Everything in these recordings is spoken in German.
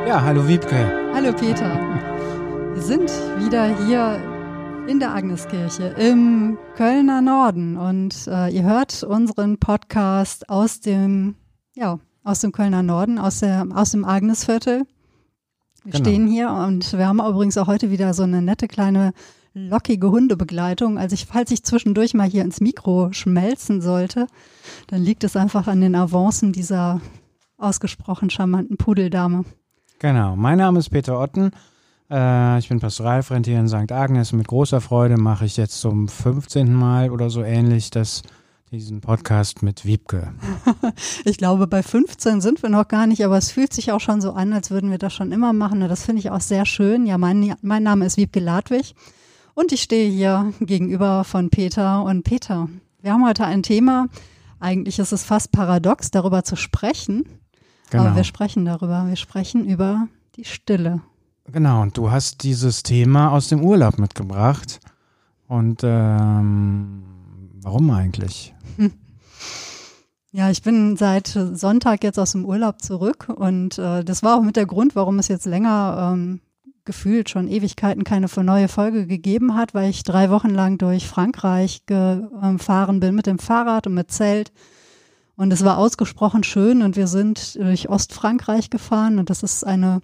Ja, hallo Wiebke. Hallo Peter. Wir sind wieder hier in der Agneskirche im Kölner Norden und ihr hört unseren Podcast aus dem Kölner Norden, aus dem Agnesviertel. Wir stehen hier und wir haben übrigens auch heute wieder so eine nette kleine lockige Hundebegleitung. Also falls ich zwischendurch mal hier ins Mikro schmelzen sollte, dann liegt es einfach an den Avancen dieser ausgesprochen charmanten Pudeldame. Genau, mein Name ist Peter Otten. Ich bin Pastoralreferent hier in St. Agnes und mit großer Freude mache ich jetzt zum 15. Mal oder so ähnlich diesen Podcast mit Wiebke. Ich glaube, bei 15 sind wir noch gar nicht, aber es fühlt sich auch schon so an, als würden wir das schon immer machen. Und das finde ich auch sehr schön. Ja, mein Name ist Wiebke Ladwig und ich stehe hier gegenüber von Peter. Und Peter, wir haben heute ein Thema, eigentlich ist es fast paradox, darüber zu sprechen. Genau. Aber wir sprechen darüber. Wir sprechen über die Stille. Genau, und du hast dieses Thema aus dem Urlaub mitgebracht. Und warum eigentlich? Ja, ich bin seit Sonntag jetzt aus dem Urlaub zurück und das war auch mit der Grund, warum es jetzt länger gefühlt schon Ewigkeiten keine neue Folge gegeben hat, weil ich 3 Wochen lang durch Frankreich gefahren bin mit dem Fahrrad und mit Zelt. Und es war ausgesprochen schön und wir sind durch Ostfrankreich gefahren und das ist eine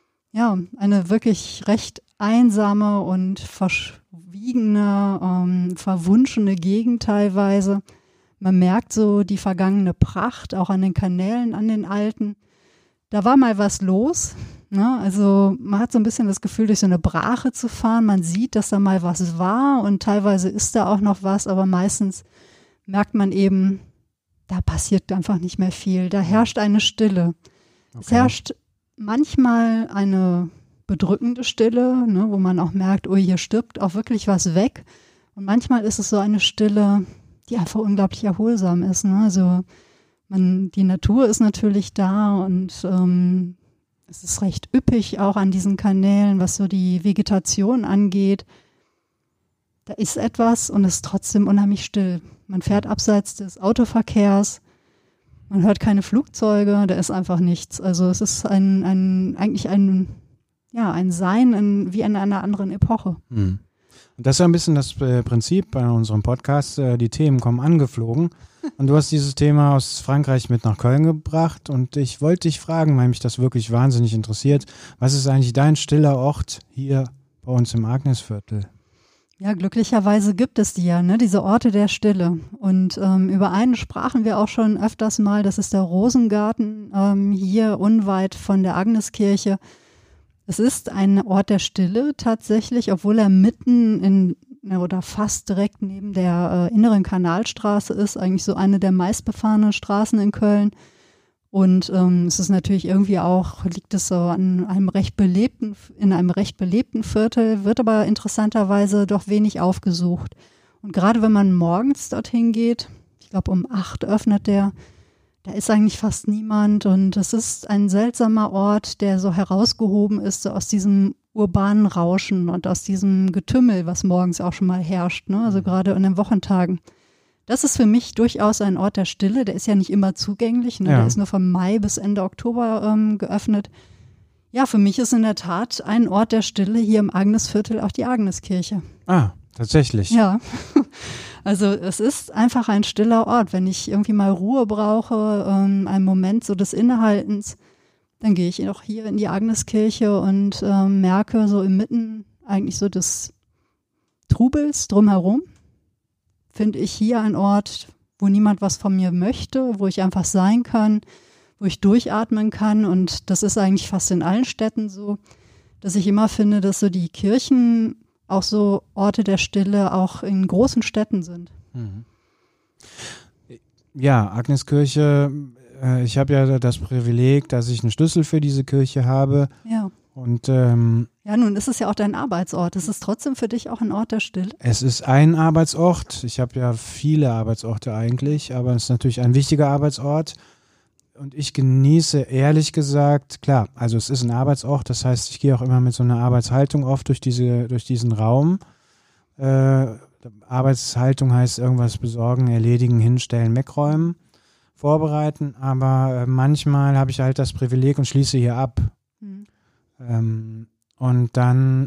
wirklich recht einsame und verschwiegene, verwunschene Gegend teilweise. Man merkt so die vergangene Pracht, auch an den Kanälen, an den alten. Da war mal was los, ne? Also man hat so ein bisschen das Gefühl, durch so eine Brache zu fahren. Man sieht, dass da mal was war und teilweise ist da auch noch was, aber meistens merkt man eben, da passiert einfach nicht mehr viel. Da herrscht eine Stille. Okay. Es herrscht manchmal eine bedrückende Stille, ne, wo man auch merkt, oh, hier stirbt auch wirklich was weg. Und manchmal ist es so eine Stille, die einfach unglaublich erholsam ist. Ne? Also die Natur ist natürlich da und es ist recht üppig auch an diesen Kanälen, was so die Vegetation angeht. Da ist etwas und es ist trotzdem unheimlich still. Man fährt abseits des Autoverkehrs, man hört keine Flugzeuge, da ist einfach nichts. Also es ist eigentlich ein Sein wie in einer anderen Epoche. Und das ist ja ein bisschen das Prinzip bei unserem Podcast. Die Themen kommen angeflogen. Und du hast dieses Thema aus Frankreich mit nach Köln gebracht. Und ich wollte dich fragen, weil mich das wirklich wahnsinnig interessiert, was ist eigentlich dein stiller Ort hier bei uns im Agnesviertel? Ja, glücklicherweise gibt es die ja, ne? Diese Orte der Stille. Und über einen sprachen wir auch schon öfters mal, das ist der Rosengarten hier unweit von der Agneskirche. Es ist ein Ort der Stille tatsächlich, obwohl er mitten oder fast direkt neben der inneren Kanalstraße ist, eigentlich so eine der meistbefahrenen Straßen in Köln. Und es ist natürlich irgendwie auch, liegt es so in einem recht belebten Viertel, wird aber interessanterweise doch wenig aufgesucht. Und gerade wenn man morgens dorthin geht, ich glaube um 8 öffnet der, da ist eigentlich fast niemand und es ist ein seltsamer Ort, der so herausgehoben ist, so aus diesem urbanen Rauschen und aus diesem Getümmel, was morgens auch schon mal herrscht, ne? Also gerade in den Wochentagen. Das ist für mich durchaus ein Ort der Stille. Der ist ja nicht immer zugänglich. Ne? Ja. Der ist nur von Mai bis Ende Oktober geöffnet. Ja, für mich ist in der Tat ein Ort der Stille hier im Agnesviertel auch die Agneskirche. Ah, tatsächlich. Ja, also es ist einfach ein stiller Ort. Wenn ich irgendwie mal Ruhe brauche, einen Moment so des Innehaltens, dann gehe ich auch hier in die Agneskirche und merke so inmitten eigentlich so des Trubels drumherum, finde ich hier einen Ort, wo niemand was von mir möchte, wo ich einfach sein kann, wo ich durchatmen kann. Und das ist eigentlich fast in allen Städten so, dass ich immer finde, dass so die Kirchen auch so Orte der Stille auch in großen Städten sind. Ja, Agneskirche, ich habe ja das Privileg, dass ich einen Schlüssel für diese Kirche habe. Ja. Und ja, nun ist es ja auch dein Arbeitsort. Ist es trotzdem für dich auch ein Ort der Stille? Es ist ein Arbeitsort. Ich habe ja viele Arbeitsorte eigentlich, aber es ist natürlich ein wichtiger Arbeitsort. Und ich genieße ehrlich gesagt, klar, also es ist ein Arbeitsort, das heißt, ich gehe auch immer mit so einer Arbeitshaltung oft durch diesen Raum. Arbeitshaltung heißt irgendwas besorgen, erledigen, hinstellen, wegräumen, vorbereiten, aber manchmal habe ich halt das Privileg und schließe hier ab. Und dann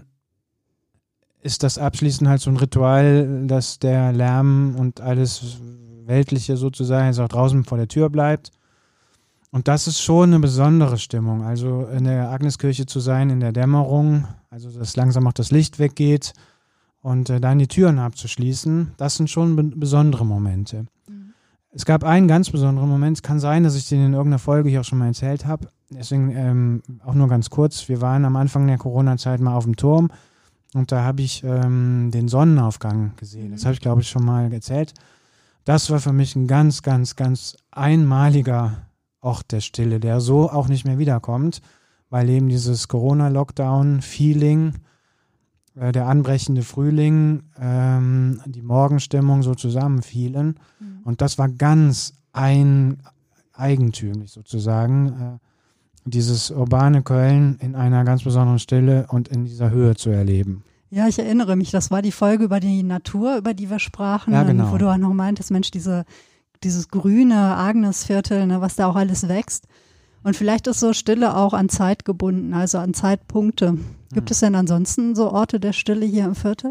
ist das abschließend halt so ein Ritual, dass der Lärm und alles Weltliche sozusagen jetzt auch draußen vor der Tür bleibt. Und das ist schon eine besondere Stimmung. Also in der Agneskirche zu sein, in der Dämmerung, also dass langsam auch das Licht weggeht und dann die Türen abzuschließen, das sind schon besondere Momente. Es gab einen ganz besonderen Moment, es kann sein, dass ich den in irgendeiner Folge hier auch schon mal erzählt habe, deswegen auch nur ganz kurz. Wir waren am Anfang der Corona-Zeit mal auf dem Turm und da habe ich den Sonnenaufgang gesehen. Das habe ich, glaube ich, schon mal erzählt. Das war für mich ein ganz, ganz, ganz einmaliger Ort der Stille, der so auch nicht mehr wiederkommt, weil eben dieses Corona-Lockdown-Feeling, der anbrechende Frühling, die Morgenstimmung so zusammenfielen. Und das war ganz eigentümlich sozusagen, dieses urbane Köln in einer ganz besonderen Stille und in dieser Höhe zu erleben. Ja, ich erinnere mich, das war die Folge über die Natur, über die wir sprachen, ja, genau. Wo du auch noch meintest, Mensch, dieses grüne Agnesviertel, ne, was da auch alles wächst. Und vielleicht ist so Stille auch an Zeit gebunden, also an Zeitpunkte. Gibt es denn ansonsten so Orte der Stille hier im Viertel?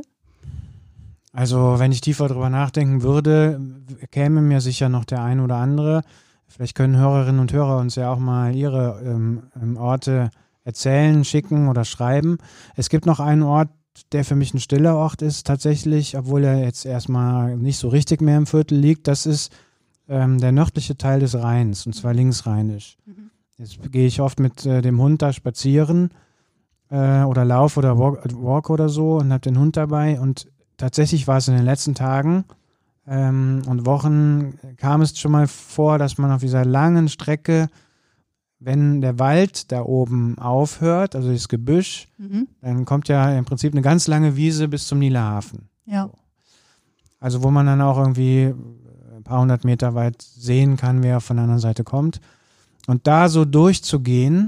Also wenn ich tiefer drüber nachdenken würde, käme mir sicher noch der ein oder andere. Vielleicht können Hörerinnen und Hörer uns ja auch mal ihre Orte erzählen, schicken oder schreiben. Es gibt noch einen Ort, der für mich ein stiller Ort ist tatsächlich, obwohl er jetzt erstmal nicht so richtig mehr im Viertel liegt. Das ist der nördliche Teil des Rheins, und zwar linksrheinisch. Jetzt gehe ich oft mit dem Hund da spazieren oder laufe oder walk oder so und habe den Hund dabei. Und tatsächlich war es in den letzten Tagen und Wochen, kam es schon mal vor, dass man auf dieser langen Strecke, wenn der Wald da oben aufhört, also das Gebüsch, dann kommt ja im Prinzip eine ganz lange Wiese bis zum Nielerhafen. Ja. Also wo man dann auch irgendwie ein paar hundert Meter weit sehen kann, wer von der anderen Seite kommt. Und da so durchzugehen,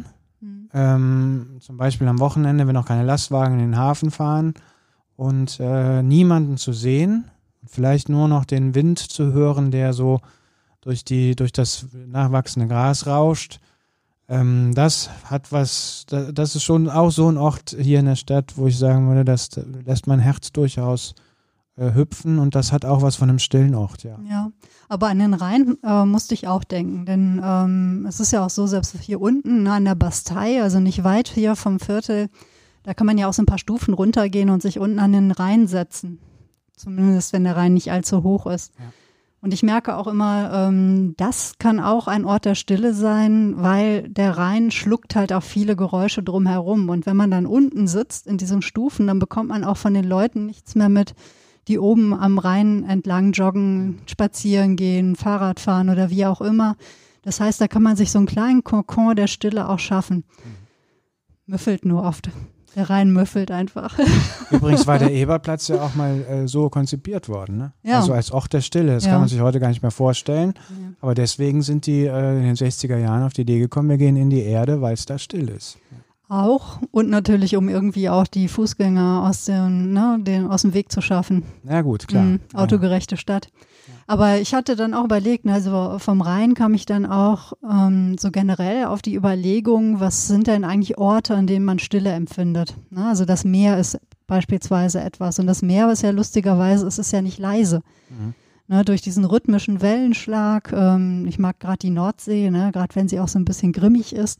zum Beispiel am Wochenende, wenn auch keine Lastwagen in den Hafen fahren und niemanden zu sehen, vielleicht nur noch den Wind zu hören, der so durch das nachwachsende Gras rauscht, das hat was, das ist schon auch so ein Ort hier in der Stadt, wo ich sagen würde, das lässt mein Herz durchaus hüpfen, und das hat auch was von einem stillen Ort, ja. Ja, aber an den Rhein musste ich auch denken, denn es ist ja auch so, selbst hier unten an der Bastei, also nicht weit hier vom Viertel, da kann man ja auch so ein paar Stufen runtergehen und sich unten an den Rhein setzen, zumindest wenn der Rhein nicht allzu hoch ist. Ja. Und ich merke auch immer, das kann auch ein Ort der Stille sein, weil der Rhein schluckt halt auch viele Geräusche drumherum. Und wenn man dann unten sitzt in diesen Stufen, dann bekommt man auch von den Leuten nichts mehr mit, die oben am Rhein entlang joggen, spazieren gehen, Fahrrad fahren oder wie auch immer. Das heißt, da kann man sich so einen kleinen Kokon der Stille auch schaffen. Müffelt nur oft. Der Rhein müffelt einfach. Übrigens war der Eberplatz ja auch mal so konzipiert worden, ne? Ja. Also als Ort der Stille. Das kann man sich heute gar nicht mehr vorstellen. Ja. Aber deswegen sind die in den 60er Jahren auf die Idee gekommen, wir gehen in die Erde, weil es da still ist. Auch und natürlich, um irgendwie auch die Fußgänger aus dem Weg zu schaffen. Na gut, klar. Autogerechte Stadt. Aber ich hatte dann auch überlegt, also vom Rhein kam ich dann auch so generell auf die Überlegung, was sind denn eigentlich Orte, an denen man Stille empfindet. Na, also das Meer ist beispielsweise etwas, und das Meer, was ja lustigerweise ist ja nicht leise. Ne, durch diesen rhythmischen Wellenschlag, ich mag gerade die Nordsee, ne, gerade wenn sie auch so ein bisschen grimmig ist.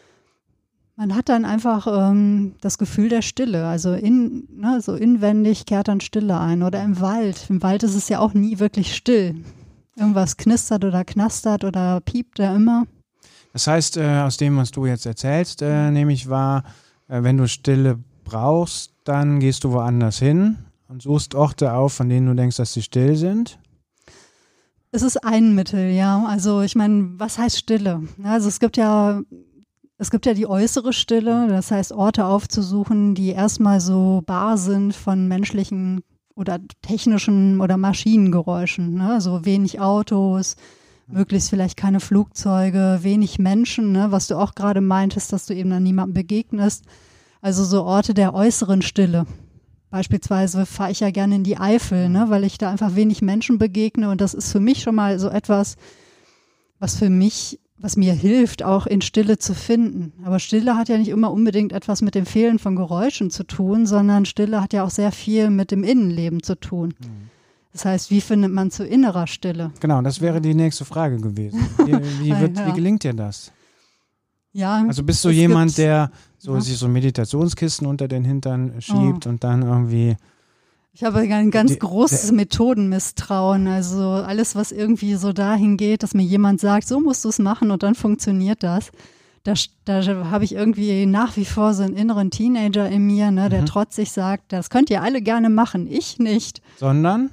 Man hat dann einfach das Gefühl der Stille, also so inwendig kehrt dann Stille ein. Oder im Wald. Im Wald ist es ja auch nie wirklich still. Irgendwas knistert oder knastert oder piept da immer. Das heißt, aus dem, was du jetzt erzählst, nehme ich wahr, wenn du Stille brauchst, dann gehst du woanders hin und suchst Orte auf, von denen du denkst, dass sie still sind. Es ist ein Mittel, ja. Also ich meine, was heißt Stille? Also es gibt ja die äußere Stille, das heißt Orte aufzusuchen, die erstmal so bar sind von menschlichen oder technischen oder Maschinengeräuschen. Ne? So wenig Autos, möglichst vielleicht keine Flugzeuge, wenig Menschen, ne? Was du auch gerade meintest, dass du eben dann niemandem begegnest. Also so Orte der äußeren Stille. Beispielsweise fahre ich ja gerne in die Eifel, ne? Weil ich da einfach wenig Menschen begegne, und das ist für mich schon mal so etwas, was für mich was mir hilft, auch in Stille zu finden. Aber Stille hat ja nicht immer unbedingt etwas mit dem Fehlen von Geräuschen zu tun, sondern Stille hat ja auch sehr viel mit dem Innenleben zu tun. Das heißt, wie findet man zu innerer Stille? Genau, das wäre die nächste Frage gewesen. Wie gelingt dir das? Ja, also bist du jemand, der sich so ein Meditationskissen unter den Hintern schiebt und dann irgendwie... Ich habe ein ganz großes Methodenmisstrauen. Also alles, was irgendwie so dahin geht, dass mir jemand sagt, so musst du es machen und dann funktioniert das. Da habe ich irgendwie nach wie vor so einen inneren Teenager in mir, ne, der trotzig sagt, das könnt ihr alle gerne machen, ich nicht. Sondern?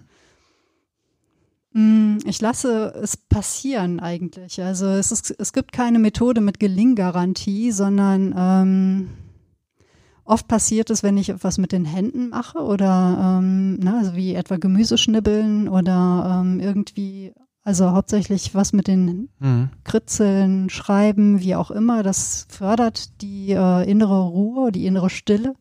Ich lasse es passieren eigentlich. Also es gibt keine Methode mit Gelinggarantie, sondern oft passiert es, wenn ich etwas mit den Händen mache oder also wie etwa Gemüse schnibbeln oder irgendwie, also hauptsächlich was mit den Kritzeln, Schreiben, wie auch immer. Das fördert die innere Ruhe, die innere Stille.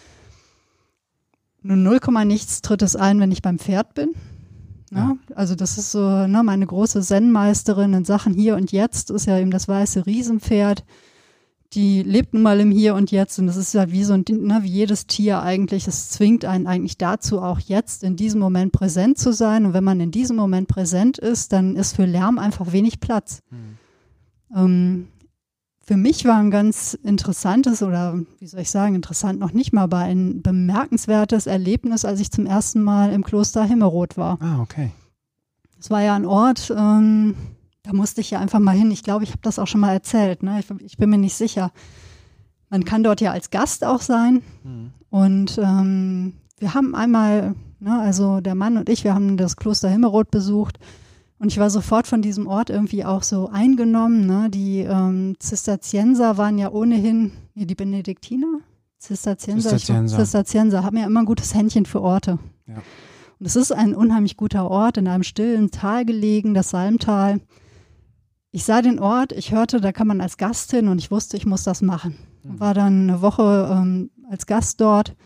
Nur 0, nichts tritt es ein, wenn ich beim Pferd bin. Ja. Also das ist so, meine große Zen-Meisterin in Sachen Hier und Jetzt ist ja eben das weiße Riesenpferd. Die lebt nun mal im Hier und Jetzt und das ist ja wie so ein, wie jedes Tier eigentlich. Es zwingt einen eigentlich dazu, auch jetzt in diesem Moment präsent zu sein. Und wenn man in diesem Moment präsent ist, dann ist für Lärm einfach wenig Platz. Für mich war ein ganz interessantes oder wie soll ich sagen, interessant noch nicht mal, aber ein bemerkenswertes Erlebnis, als ich zum ersten Mal im Kloster Himmerod war. Ah, okay. Es war ja ein Ort, da musste ich ja einfach mal hin. Ich glaube, ich habe das auch schon mal erzählt. Ne? Ich bin mir nicht sicher. Man kann dort ja als Gast auch sein. Und wir haben einmal, also der Mann und ich, wir haben das Kloster Himmerod besucht. Und ich war sofort von diesem Ort irgendwie auch so eingenommen. Ne? Die Zisterzienser waren ja ohnehin, die Benediktiner? Zisterzienser haben ja immer ein gutes Händchen für Orte. Ja. Und es ist ein unheimlich guter Ort, in einem stillen Tal gelegen, das Salmtal. Ich sah den Ort, ich hörte, da kann man als Gast hin und ich wusste, ich muss das machen. War dann eine Woche als Gast dort.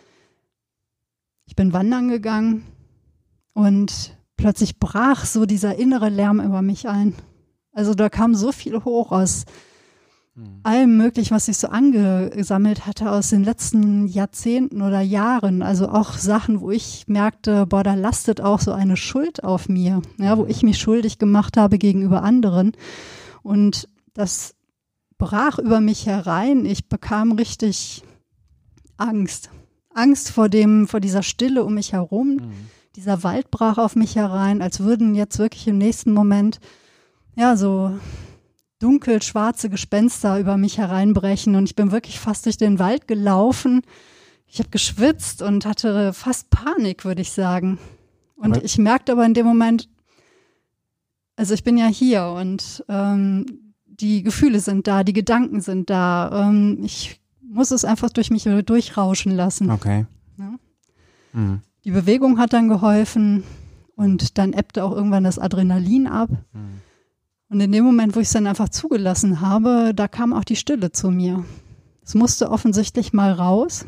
Ich bin wandern gegangen und plötzlich brach so dieser innere Lärm über mich ein. Also da kam so viel hoch aus allem Möglichen, was sich so angesammelt hatte aus den letzten Jahrzehnten oder Jahren. Also auch Sachen, wo ich merkte, da lastet auch so eine Schuld auf mir, ja, wo ich mich schuldig gemacht habe gegenüber anderen. Und das brach über mich herein. Ich bekam richtig Angst. Angst vor dieser Stille um mich herum. Dieser Wald brach auf mich herein, als würden jetzt wirklich im nächsten Moment so dunkel schwarze Gespenster über mich hereinbrechen und ich bin wirklich fast durch den Wald gelaufen. Ich habe geschwitzt und hatte fast Panik, würde ich sagen. Und ich merkte aber in dem Moment, also ich bin ja hier und die Gefühle sind da, die Gedanken sind da. Ich muss es einfach durch mich durchrauschen lassen. Okay. Ja? Die Bewegung hat dann geholfen und dann ebbte auch irgendwann das Adrenalin ab. Und in dem Moment, wo ich es dann einfach zugelassen habe, da kam auch die Stille zu mir. Es musste offensichtlich mal raus.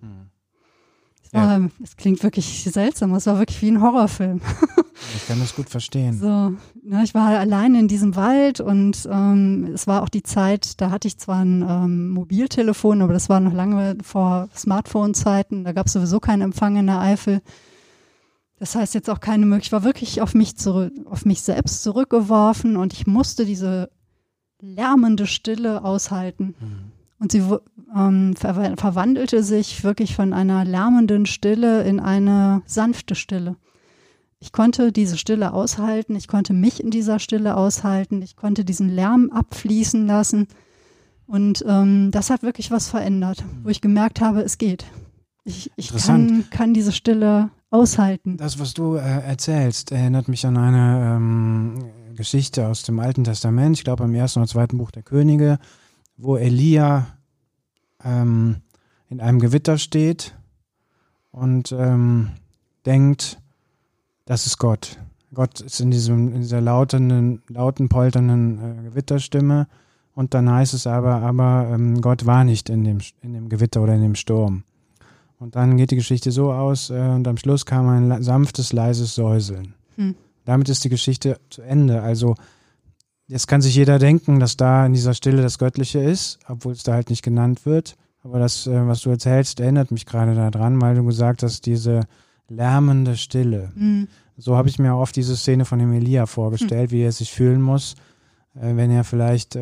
Es klingt wirklich seltsam, es war wirklich wie ein Horrorfilm. Ich kann das gut verstehen. So, ich war alleine in diesem Wald und es war auch die Zeit, da hatte ich zwar ein Mobiltelefon, aber das war noch lange vor Smartphone-Zeiten, da gab es sowieso keinen Empfang in der Eifel. Das heißt jetzt auch keine Möglichkeit, ich war wirklich auf mich selbst zurückgeworfen und ich musste diese lärmende Stille aushalten. Und sie verwandelte sich wirklich von einer lärmenden Stille in eine sanfte Stille. Ich konnte diese Stille aushalten, ich konnte mich in dieser Stille aushalten, ich konnte diesen Lärm abfließen lassen und das hat wirklich was verändert, wo ich gemerkt habe, es geht. Ich kann diese Stille aushalten. Das, was du erzählst, erinnert mich an eine Geschichte aus dem Alten Testament, ich glaube im 1. oder 2. Buch der Könige, wo Elia in einem Gewitter steht und denkt, das ist Gott. Gott ist in dieser lauten, polternden Gewitterstimme und dann heißt es aber Gott war nicht in dem Gewitter oder in dem Sturm. Und dann geht die Geschichte so aus und am Schluss kam ein sanftes, leises Säuseln. Damit ist die Geschichte zu Ende. Also Jetzt kann sich jeder denken, dass da in dieser Stille das Göttliche ist, obwohl es da halt nicht genannt wird. Aber das, was du erzählst, erinnert mich gerade daran, weil du gesagt hast, diese lärmende Stille. Mhm. So habe ich mir auch oft diese Szene von dem Elia vorgestellt, wie er sich fühlen muss, wenn er vielleicht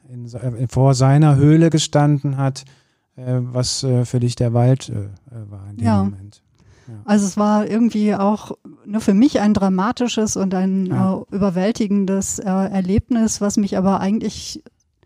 vor seiner Höhle gestanden hat, was für dich der Wald war in dem Moment. Ja. Also es war irgendwie auch für mich ein dramatisches und ein überwältigendes Erlebnis, was mich aber eigentlich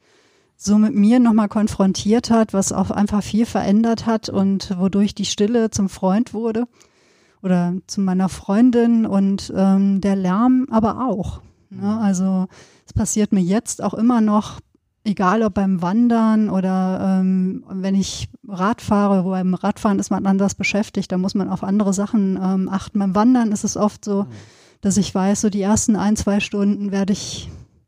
so mit mir nochmal konfrontiert hat, was auch einfach viel verändert hat und wodurch die Stille zum Freund wurde oder zu meiner Freundin und der Lärm aber auch. Ne? Also es passiert mir jetzt auch immer noch, egal ob beim Wandern oder wenn ich Rad fahre, wo beim Radfahren ist man anders beschäftigt, da muss man auf andere Sachen achten. Beim Wandern ist es oft so, dass ich weiß, so die ersten 1-2 Stunden werde ich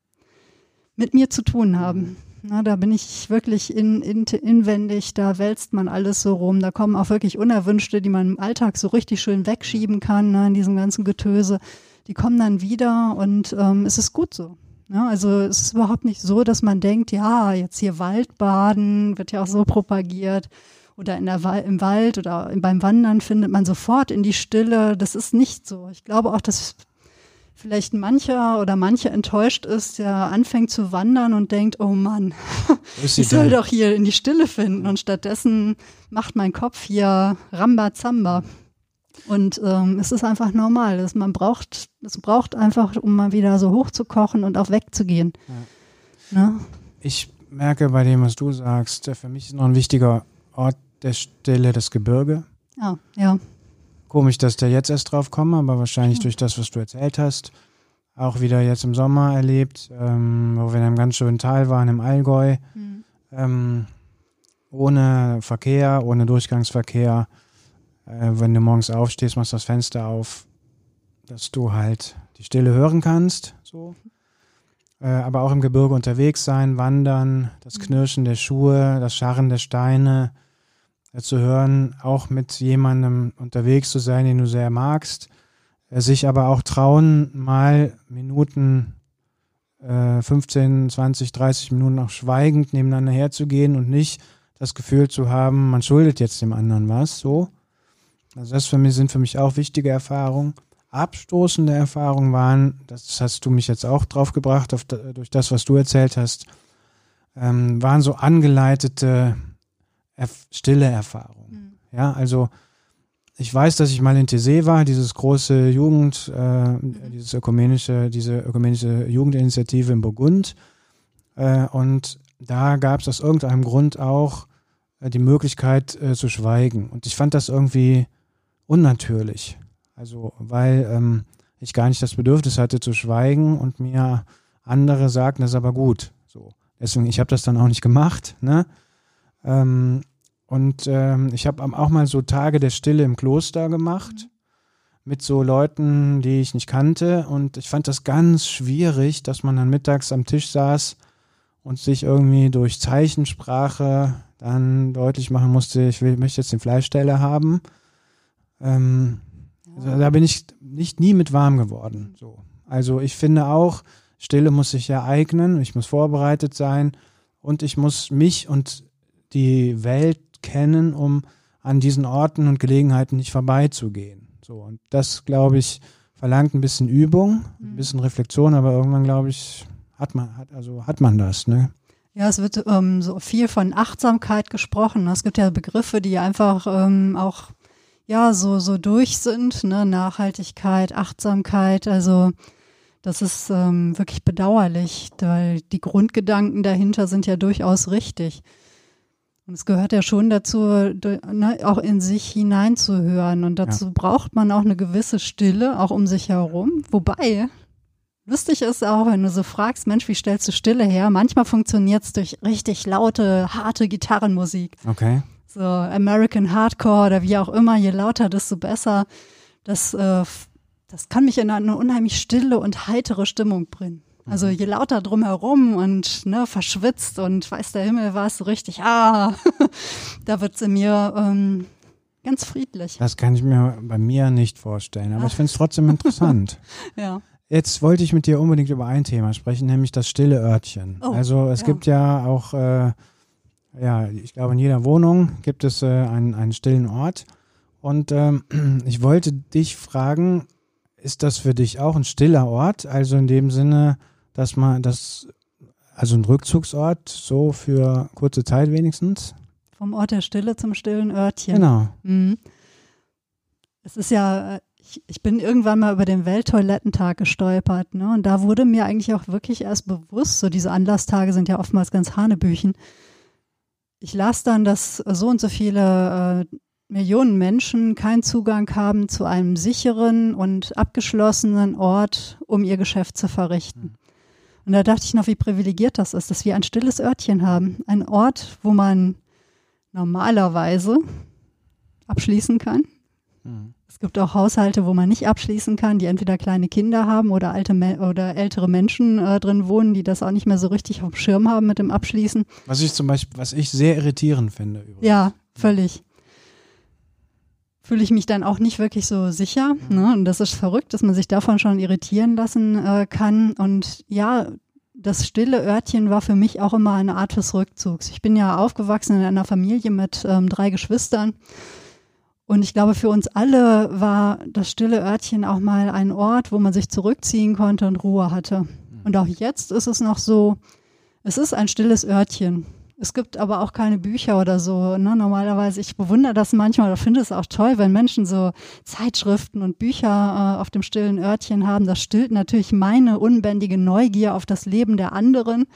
mit mir zu tun haben. Na, da bin ich wirklich inwendig, da wälzt man alles so rum. Da kommen auch wirklich Unerwünschte, die man im Alltag so richtig schön wegschieben kann, ne, in diesem ganzen Getöse. Die kommen dann wieder und es ist gut so. Ja, also es ist überhaupt nicht so, dass man denkt, ja, jetzt hier Waldbaden, wird ja auch so propagiert. Oder im Wald oder beim Wandern findet man sofort in die Stille. Das ist nicht so. Ich glaube auch, dass vielleicht manche enttäuscht ist, der anfängt zu wandern und denkt, oh Mann, ich soll doch hier in die Stille finden. Und stattdessen macht mein Kopf hier Rambazamba. Und es ist einfach normal. Es braucht einfach, um mal wieder so hochzukochen und auch wegzugehen. Ja. Ne? Ich merke bei dem, was du sagst, für mich ist noch ein wichtiger Ort der Stille das Gebirge. Ja. Komisch, dass der jetzt erst drauf komme, aber wahrscheinlich durch das, was du erzählt hast, auch wieder jetzt im Sommer erlebt, wo wir in einem ganz schönen Tal waren im Allgäu, ohne Verkehr, ohne Durchgangsverkehr. Wenn du morgens aufstehst, machst das Fenster auf, dass du halt die Stille hören kannst, so. Aber auch im Gebirge unterwegs sein, wandern, das Knirschen der Schuhe, das Scharren der Steine, zu hören, auch mit jemandem unterwegs zu sein, den du sehr magst, sich aber auch trauen, mal Minuten, 15, 20, 30 Minuten auch schweigend nebeneinander herzugehen und nicht das Gefühl zu haben, man schuldet jetzt dem anderen was, so. Also das sind für mich auch wichtige Erfahrungen. Abstoßende Erfahrungen waren, das hast du mich jetzt auch drauf gebracht, durch das, was du erzählt hast, waren so angeleitete stille Erfahrungen. Ja, also ich weiß, dass ich mal in Taizé war, dieses große diese ökumenische Jugendinitiative in Burgund, und da gab es aus irgendeinem Grund auch die Möglichkeit zu schweigen. Und ich fand das irgendwie unnatürlich. Also, weil ich gar nicht das Bedürfnis hatte zu schweigen und mir andere sagten, das ist aber gut. So. Deswegen, ich habe das dann auch nicht gemacht, ne? Ich habe auch mal so Tage der Stille im Kloster gemacht, mit so Leuten, die ich nicht kannte. Und ich fand das ganz schwierig, dass man dann mittags am Tisch saß und sich irgendwie durch Zeichensprache dann deutlich machen musste, möchte jetzt den Fleischteller haben. Also da bin ich nie mit warm geworden. So. Also ich finde auch, Stille muss sich ereignen, ich muss vorbereitet sein und ich muss mich und die Welt kennen, um an diesen Orten und Gelegenheiten nicht vorbeizugehen. So, und das, glaube ich, verlangt ein bisschen Übung, ein bisschen Reflexion, aber irgendwann, glaube ich, hat man das, ne? Ja, es wird so viel von Achtsamkeit gesprochen. Es gibt ja Begriffe, die einfach auch so durch sind, ne? Nachhaltigkeit, Achtsamkeit, also das ist wirklich bedauerlich, weil die Grundgedanken dahinter sind ja durchaus richtig. Und es gehört ja schon dazu, auch in sich hineinzuhören. Und dazu braucht man auch eine gewisse Stille, auch um sich herum. Wobei, lustig ist auch, wenn du so fragst, Mensch, wie stellst du Stille her? Manchmal funktioniert es durch richtig laute, harte Gitarrenmusik. Okay. So American Hardcore oder wie auch immer, je lauter, desto besser. Das kann mich in eine unheimlich stille und heitere Stimmung bringen. Also je lauter drumherum und verschwitzt und weiß der Himmel was, so richtig, da wird's in mir ganz friedlich. Das kann ich mir bei mir nicht vorstellen, aber ich finde es trotzdem interessant. Ja. Jetzt wollte ich mit dir unbedingt über ein Thema sprechen, nämlich das stille Örtchen. Oh, also es gibt ja auch, ich glaube in jeder Wohnung gibt es einen stillen Ort. Und ich wollte dich fragen, ist das für dich auch ein stiller Ort? Also in dem Sinne, dass also ein Rückzugsort, so für kurze Zeit wenigstens? Vom Ort der Stille zum stillen Örtchen. Genau. Mhm. Es ist ja, ich bin irgendwann mal über den Welttoilettentag gestolpert, ne? Und da wurde mir eigentlich auch wirklich erst bewusst, so diese Anlasstage sind ja oftmals ganz hanebüchen. Ich las dann, dass so und so viele Millionen Menschen keinen Zugang haben zu einem sicheren und abgeschlossenen Ort, um ihr Geschäft zu verrichten. Und da dachte ich noch, wie privilegiert das ist, dass wir ein stilles Örtchen haben. Ein Ort, wo man normalerweise abschließen kann. Es gibt auch Haushalte, wo man nicht abschließen kann, die entweder kleine Kinder haben oder oder ältere Menschen drin wohnen, die das auch nicht mehr so richtig auf dem Schirm haben mit dem Abschließen. Was ich sehr irritierend finde übrigens. Ja, völlig. Fühle ich mich dann auch nicht wirklich so sicher. Ne? Und das ist verrückt, dass man sich davon schon irritieren lassen kann. Und ja, das stille Örtchen war für mich auch immer eine Art des Rückzugs. Ich bin ja aufgewachsen in einer Familie mit 3 Geschwistern. Und ich glaube, für uns alle war das stille Örtchen auch mal ein Ort, wo man sich zurückziehen konnte und Ruhe hatte. Und auch jetzt ist es noch so, es ist ein stilles Örtchen. Es gibt aber auch keine Bücher oder so. Ne? Normalerweise, ich bewundere das manchmal oder finde es auch toll, wenn Menschen so Zeitschriften und Bücher auf dem stillen Örtchen haben. Das stillt natürlich meine unbändige Neugier auf das Leben der anderen.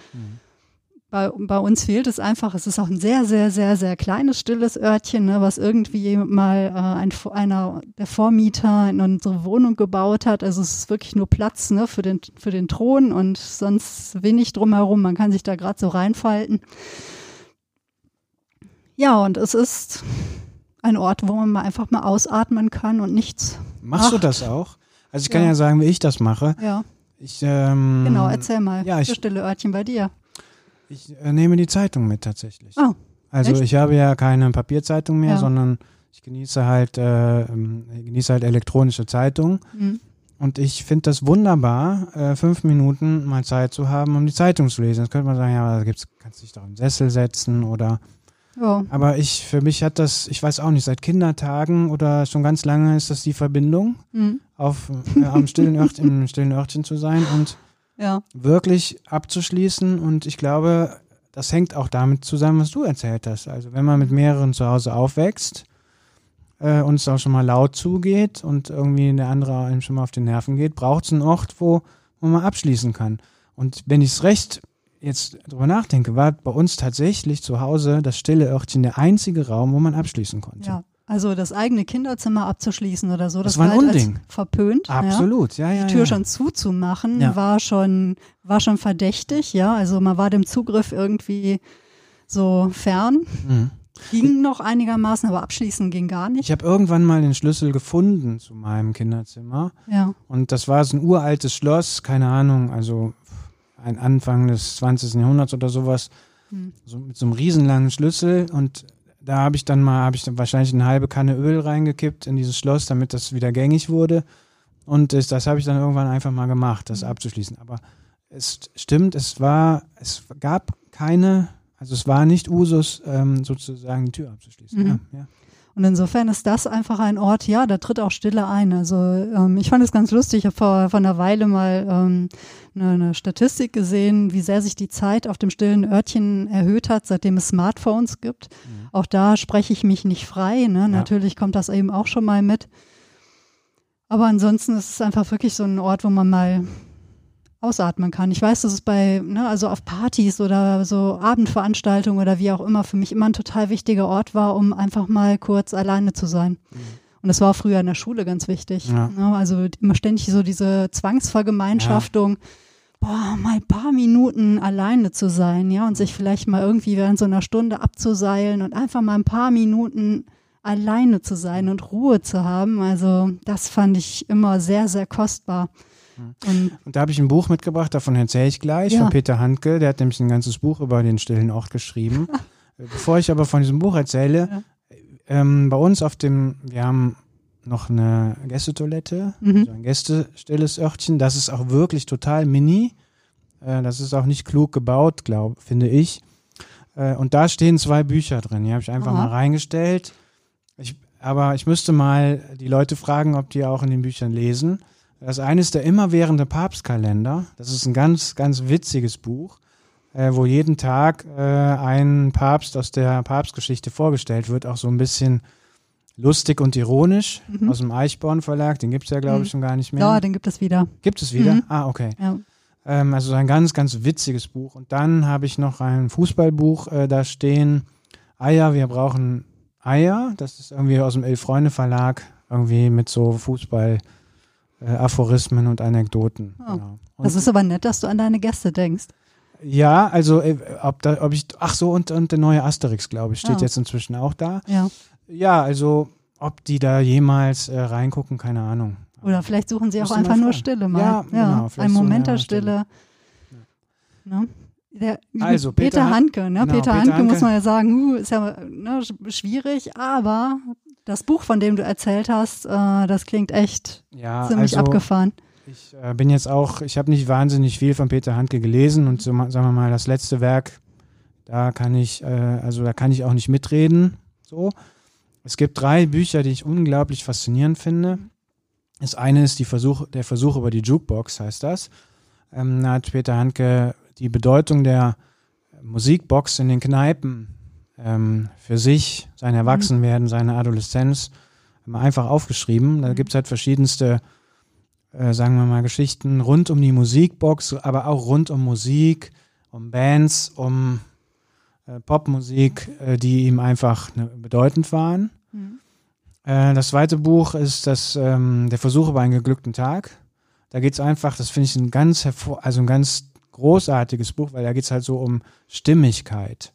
Bei uns fehlt es einfach. Es ist auch ein sehr, sehr, sehr, sehr kleines, stilles Örtchen, ne, was irgendwie mal einer der Vormieter in unsere Wohnung gebaut hat. Also es ist wirklich nur Platz, ne, für den Thron und sonst wenig drumherum. Man kann sich da gerade so reinfalten. Ja, und es ist ein Ort, wo man einfach mal ausatmen kann und nichts Machst du das auch? Also ich kann ja sagen, wie ich das mache. Ja. Genau, Genau, erzähl mal. Ja, das stille Örtchen bei dir. Ich nehme die Zeitung mit tatsächlich. Oh, also echt? ich habe ja keine Papierzeitung mehr, Ja. sondern ich genieße halt elektronische Zeitung. Und ich finde das wunderbar, 5 Minuten mal Zeit zu haben, um die Zeitung zu lesen. Jetzt könnte man sagen, ja, kannst du dich doch im Sessel setzen oder. Ja. Aber für mich hat das, ich weiß auch nicht, seit Kindertagen oder schon ganz lange ist das die Verbindung, im stillen Örtchen zu sein und Ja. wirklich abzuschließen. Und ich glaube, das hängt auch damit zusammen, was du erzählt hast. Also wenn man mit mehreren zu Hause aufwächst und es auch schon mal laut zugeht und irgendwie der andere einem schon mal auf die Nerven geht, braucht es einen Ort, wo man abschließen kann. Und wenn ich es recht jetzt drüber nachdenke, war bei uns tatsächlich zu Hause das stille Örtchen der einzige Raum, wo man abschließen konnte. Ja. Also das eigene Kinderzimmer abzuschließen oder so, Das war ein galt Unding. als verpönt. Absolut, ja. Die Tür schon zuzumachen, Ja. war schon verdächtig, ja. Also man war dem Zugriff irgendwie so fern. Ging noch einigermaßen, aber abschließen ging gar nicht. Ich habe irgendwann mal den Schlüssel gefunden zu meinem Kinderzimmer. Ja. Und das war so ein uraltes Schloss, keine Ahnung, also ein Anfang des 20. Jahrhunderts oder sowas, so mit so einem riesenlangen Schlüssel. Und da habe ich dann wahrscheinlich eine halbe Kanne Öl reingekippt in dieses Schloss, damit das wieder gängig wurde. Und das habe ich dann irgendwann einfach mal gemacht, das abzuschließen. Aber es stimmt, es gab keine, also es war nicht Usus, sozusagen die Tür abzuschließen. Ja. Und insofern ist das einfach ein Ort, ja, da tritt auch Stille ein. Also ich fand es ganz lustig, ich habe vor einer Weile mal eine Statistik gesehen, wie sehr sich die Zeit auf dem stillen Örtchen erhöht hat, seitdem es Smartphones gibt. Auch da spreche ich mich nicht frei, ne? Ja. Natürlich kommt das eben auch schon mal mit. Aber ansonsten ist es einfach wirklich so ein Ort, wo man mal ausatmen kann. Ich weiß, dass es also auf Partys oder so Abendveranstaltungen oder wie auch immer, für mich immer ein total wichtiger Ort war, um einfach mal kurz alleine zu sein. Und das war auch früher in der Schule ganz wichtig. Ja. Ne? Also immer ständig so diese Zwangsvergemeinschaftung, mal ein paar Minuten alleine zu sein, ja, und sich vielleicht mal irgendwie während so einer Stunde abzuseilen und einfach mal ein paar Minuten alleine zu sein und Ruhe zu haben. Also das fand ich immer sehr, sehr kostbar. Und da habe ich ein Buch mitgebracht, davon erzähle ich gleich, von Peter Handke, der hat nämlich ein ganzes Buch über den stillen Ort geschrieben. Bevor ich aber von diesem Buch erzähle, bei uns wir haben noch eine Gästetoilette, also ein gästestilles Örtchen. Das ist auch wirklich total mini. Das ist auch nicht klug gebaut, finde ich. Und da stehen 2 Bücher drin. Die habe ich einfach mal reingestellt. Aber ich müsste mal die Leute fragen, ob die auch in den Büchern lesen. Das eine ist der immerwährende Papstkalender. Das ist ein ganz, ganz witziges Buch, wo jeden Tag ein Papst aus der Papstgeschichte vorgestellt wird. Auch so ein bisschen lustig und ironisch aus dem Eichborn Verlag. Den gibt es ja, glaube ich, schon gar nicht mehr. Ja, den gibt es wieder. Gibt es wieder? Ah, okay. Ja. Also ein ganz, ganz witziges Buch. Und dann habe ich noch ein Fußballbuch, da stehen Eier, wir brauchen Eier. Das ist irgendwie aus dem Elf-Freunde-Verlag, irgendwie mit so Fußball-Aphorismen und Anekdoten. Oh. Genau. Und Das ist aber nett, dass du an deine Gäste denkst. ja, also und der neue Asterix, glaube ich, steht jetzt inzwischen auch da. Ja. Ja, also ob die da jemals reingucken, keine Ahnung. Oder vielleicht suchen sie auch Musst du einfach mal nur fragen. Stille mal. Ja, genau, vielleicht ein suchen Moment wir der mal Stille. Ne? Also, Peter Handke, ne? genau, Peter Peter Handke muss Handke. man ja sagen, ist ja schwierig, aber das Buch, von dem du erzählt hast, das klingt echt ziemlich abgefahren. Ich bin jetzt auch, ich habe nicht wahnsinnig viel von Peter Handke gelesen und so, sagen wir mal, das letzte Werk, da kann ich auch nicht mitreden. So. Es gibt 3 Bücher, die ich unglaublich faszinierend finde. Das eine ist der Versuch über die Jukebox, heißt das. Da hat Peter Handke die Bedeutung der Musikbox in den Kneipen für sich, sein Erwachsenwerden, seine Adoleszenz einfach aufgeschrieben. Da gibt es halt verschiedenste, sagen wir mal, Geschichten rund um die Musikbox, aber auch rund um Musik, um Bands, um Popmusik, die ihm einfach bedeutend waren. Das zweite Buch ist der Versuch über einen geglückten Tag. Da geht es einfach, das finde ich ein ganz großartiges Buch, weil da geht es halt so um Stimmigkeit.